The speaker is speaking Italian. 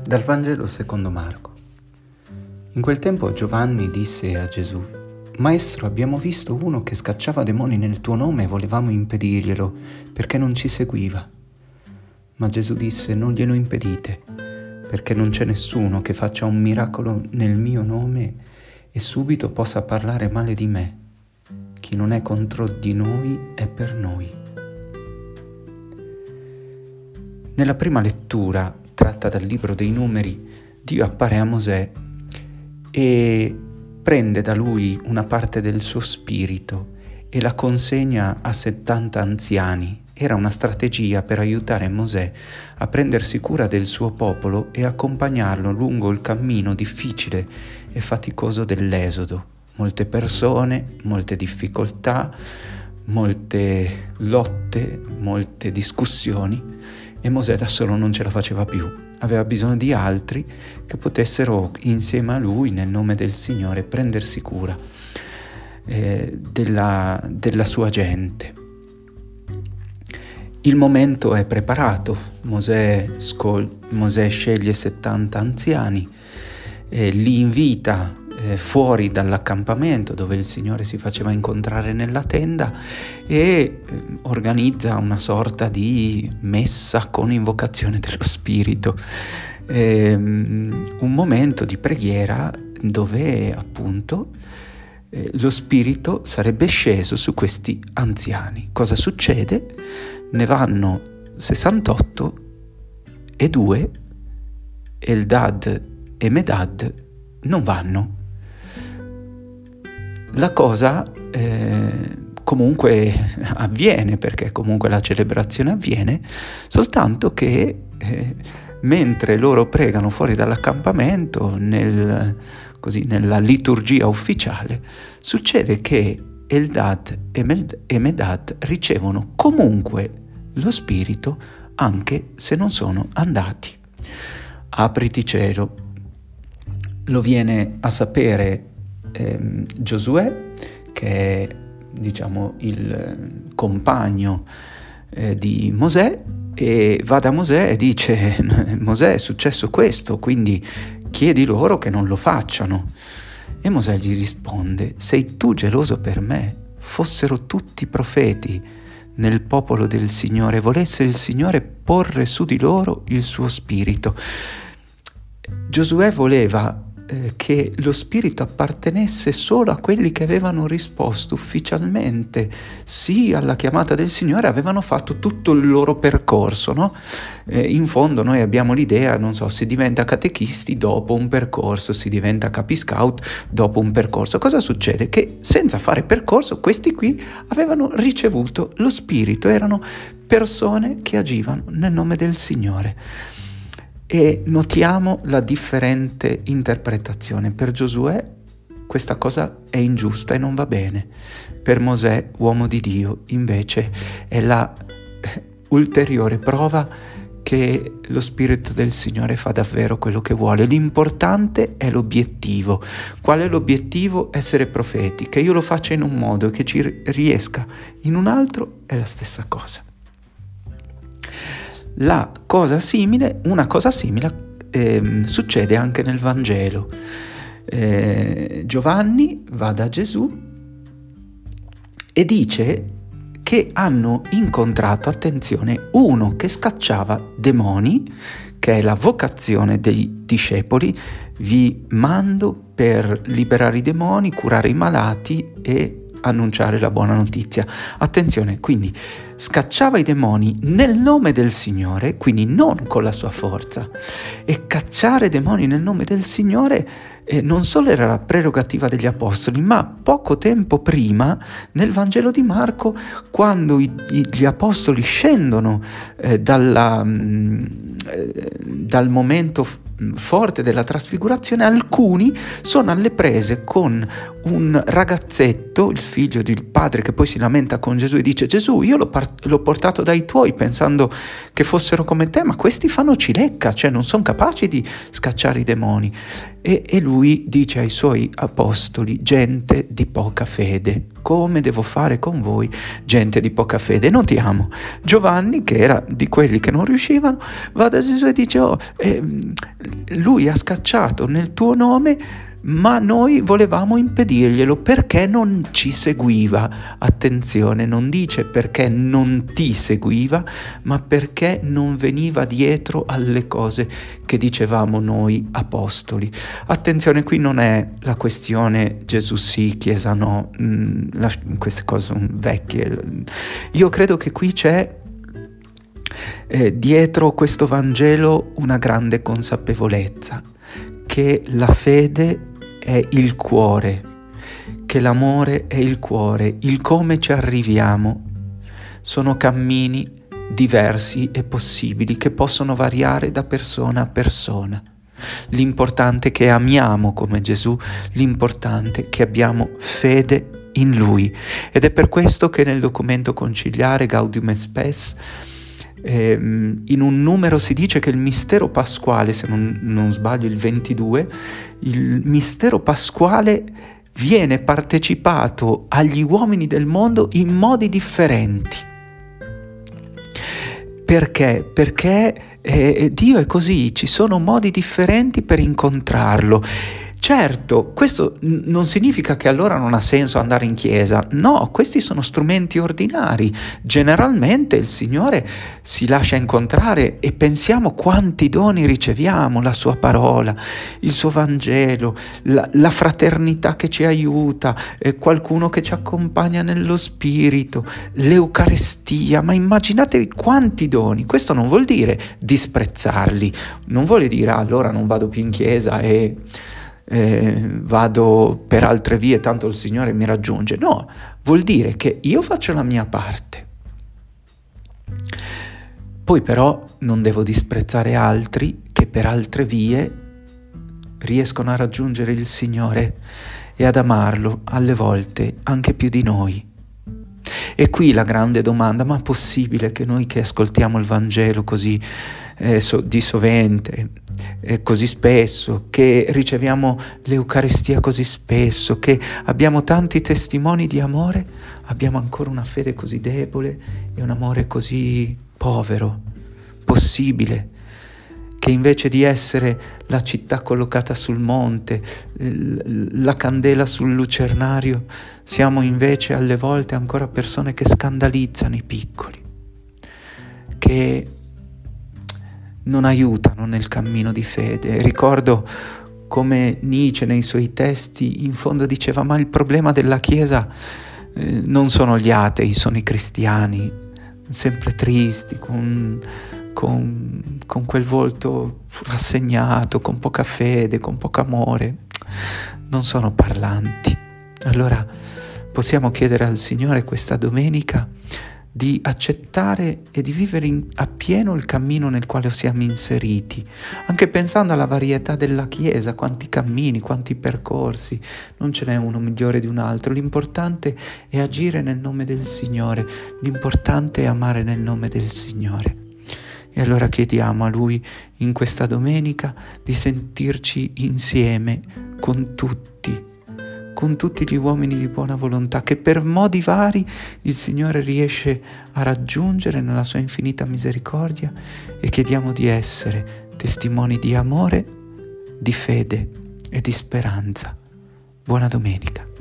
Dal Vangelo secondo Marco. In quel tempo Giovanni disse a Gesù: Maestro, abbiamo visto uno che scacciava demoni nel tuo nome e volevamo impedirglielo perché non ci seguiva. Ma Gesù disse: non glielo impedite, perché non c'è nessuno che faccia un miracolo nel mio nome e subito possa parlare male di me. Chi non è contro di noi è per noi. Nella prima lettura, tratta dal libro dei Numeri, Dio appare a Mosè e prende da lui una parte del suo spirito e la consegna a 70 anziani. Era una strategia per aiutare Mosè a prendersi cura del suo popolo e accompagnarlo lungo il cammino difficile e faticoso dell'Esodo. Molte persone, molte difficoltà, molte lotte, molte discussioni, e Mosè da solo non ce la faceva più. Aveva bisogno di altri che potessero insieme a lui, nel nome del Signore, prendersi cura della sua gente. Il momento è preparato. Mosè sceglie 70 anziani, li invita fuori dall'accampamento dove il Signore si faceva incontrare nella tenda e organizza una sorta di messa con invocazione dello Spirito, un momento di preghiera dove appunto lo Spirito sarebbe sceso su questi anziani. Cosa succede? Ne vanno 68 e 2, Eldad e Medad, non vanno. La cosa comunque avviene, perché comunque la celebrazione avviene, soltanto che mentre loro pregano fuori dall'accampamento, nella liturgia ufficiale, succede che Eldad e Medad ricevono comunque lo Spirito anche se non sono andati. Apriti cielo. Lo viene a sapere Giosuè, che è il compagno di Mosè, e va da Mosè e dice: Mosè, è successo questo, quindi chiedi loro che non lo facciano. E Mosè gli risponde: sei tu geloso per me? Fossero tutti profeti nel popolo del Signore, volesse il Signore porre su di loro il suo spirito. Giosuè voleva che lo spirito appartenesse solo a quelli che avevano risposto ufficialmente sì alla chiamata del Signore, avevano fatto tutto il loro percorso, no? In fondo noi abbiamo l'idea, non so, si diventa catechisti dopo un percorso, si diventa capiscout dopo un percorso. Cosa succede? Che senza fare percorso questi qui avevano ricevuto lo spirito, erano persone che agivano nel nome del Signore. E notiamo la differente interpretazione. Per Giosuè questa cosa è ingiusta e non va bene. Per Mosè, uomo di Dio, invece è la ulteriore prova che lo Spirito del Signore fa davvero quello che vuole. L'importante è l'obiettivo. Qual è l'obiettivo? Essere profeti. Che io lo faccia in un modo e che ci riesca in un altro è la stessa cosa. Una cosa simile succede anche nel Vangelo. Giovanni va da Gesù e dice che hanno incontrato, attenzione, uno che scacciava demoni, che è la vocazione dei discepoli: vi mando per liberare i demoni, curare i malati e annunciare la buona notizia. Attenzione, quindi scacciava i demoni nel nome del Signore, quindi non con la sua forza. E cacciare demoni nel nome del Signore non solo era la prerogativa degli apostoli, ma poco tempo prima, nel Vangelo di Marco, quando gli apostoli scendono dal momento forte della trasfigurazione, alcuni sono alle prese con un ragazzetto, il figlio del padre, che poi si lamenta con Gesù e dice: Gesù, io l'ho portato dai tuoi pensando che fossero come te, ma questi fanno cilecca, cioè non sono capaci di scacciare i demoni. E lui dice ai suoi apostoli: gente di poca fede, come devo fare con voi, gente di poca fede? Notiamo, Giovanni, che era di quelli che non riuscivano, va da Gesù e dice: lui ha scacciato nel tuo nome, ma noi volevamo impedirglielo perché non ci seguiva. Attenzione, non dice perché non ti seguiva, ma perché non veniva dietro alle cose che dicevamo noi apostoli. Attenzione, qui non è la questione Gesù sì, Chiesa no, queste cose sono vecchie. Io credo che qui c'è dietro questo Vangelo una grande consapevolezza che la fede è il cuore, che l'amore è il cuore, il come ci arriviamo sono cammini diversi e possibili che possono variare da persona a persona. L'importante è che amiamo come Gesù, l'importante è che abbiamo fede in Lui, ed è per questo che nel documento conciliare Gaudium et Spes in un numero si dice che il mistero pasquale, se non sbaglio il 22, il mistero pasquale viene partecipato agli uomini del mondo in modi differenti. Perché? Perché Dio è così, ci sono modi differenti per incontrarlo. Certo, questo non significa che allora non ha senso andare in chiesa, no, questi sono strumenti ordinari. Generalmente il Signore si lascia incontrare e pensiamo quanti doni riceviamo, la sua parola, il suo Vangelo, la fraternità che ci aiuta, qualcuno che ci accompagna nello Spirito, l'Eucarestia, ma immaginatevi quanti doni. Questo non vuol dire disprezzarli, non vuole dire allora non vado più in chiesa e vado per altre vie, tanto il Signore mi raggiunge. No, vuol dire che io faccio la mia parte. Poi però non devo disprezzare altri che per altre vie riescono a raggiungere il Signore e ad amarlo alle volte anche più di noi. E qui la grande domanda: ma è possibile che noi che ascoltiamo il Vangelo così di sovente, così spesso, che riceviamo l'Eucaristia così spesso, che abbiamo tanti testimoni di amore, abbiamo ancora una fede così debole e un amore così povero? Possibile che invece di essere la città collocata sul monte, la candela sul lucernario, siamo invece alle volte ancora persone che scandalizzano i piccoli, che non aiutano nel cammino di fede. Ricordo come Nietzsche nei suoi testi in fondo diceva: ma il problema della Chiesa non sono gli atei, sono i cristiani, sempre tristi, con quel volto rassegnato, con poca fede, con poco amore, non sono parlanti. Allora possiamo chiedere al Signore questa domenica di accettare e di vivere appieno il cammino nel quale siamo inseriti, anche pensando alla varietà della Chiesa, quanti cammini, quanti percorsi, non ce n'è uno migliore di un altro. L'importante è agire nel nome del Signore, l'importante è amare nel nome del Signore. E allora chiediamo a Lui in questa domenica di sentirci insieme con tutti gli uomini di buona volontà che per modi vari il Signore riesce a raggiungere nella sua infinita misericordia, e chiediamo di essere testimoni di amore, di fede e di speranza. Buona domenica.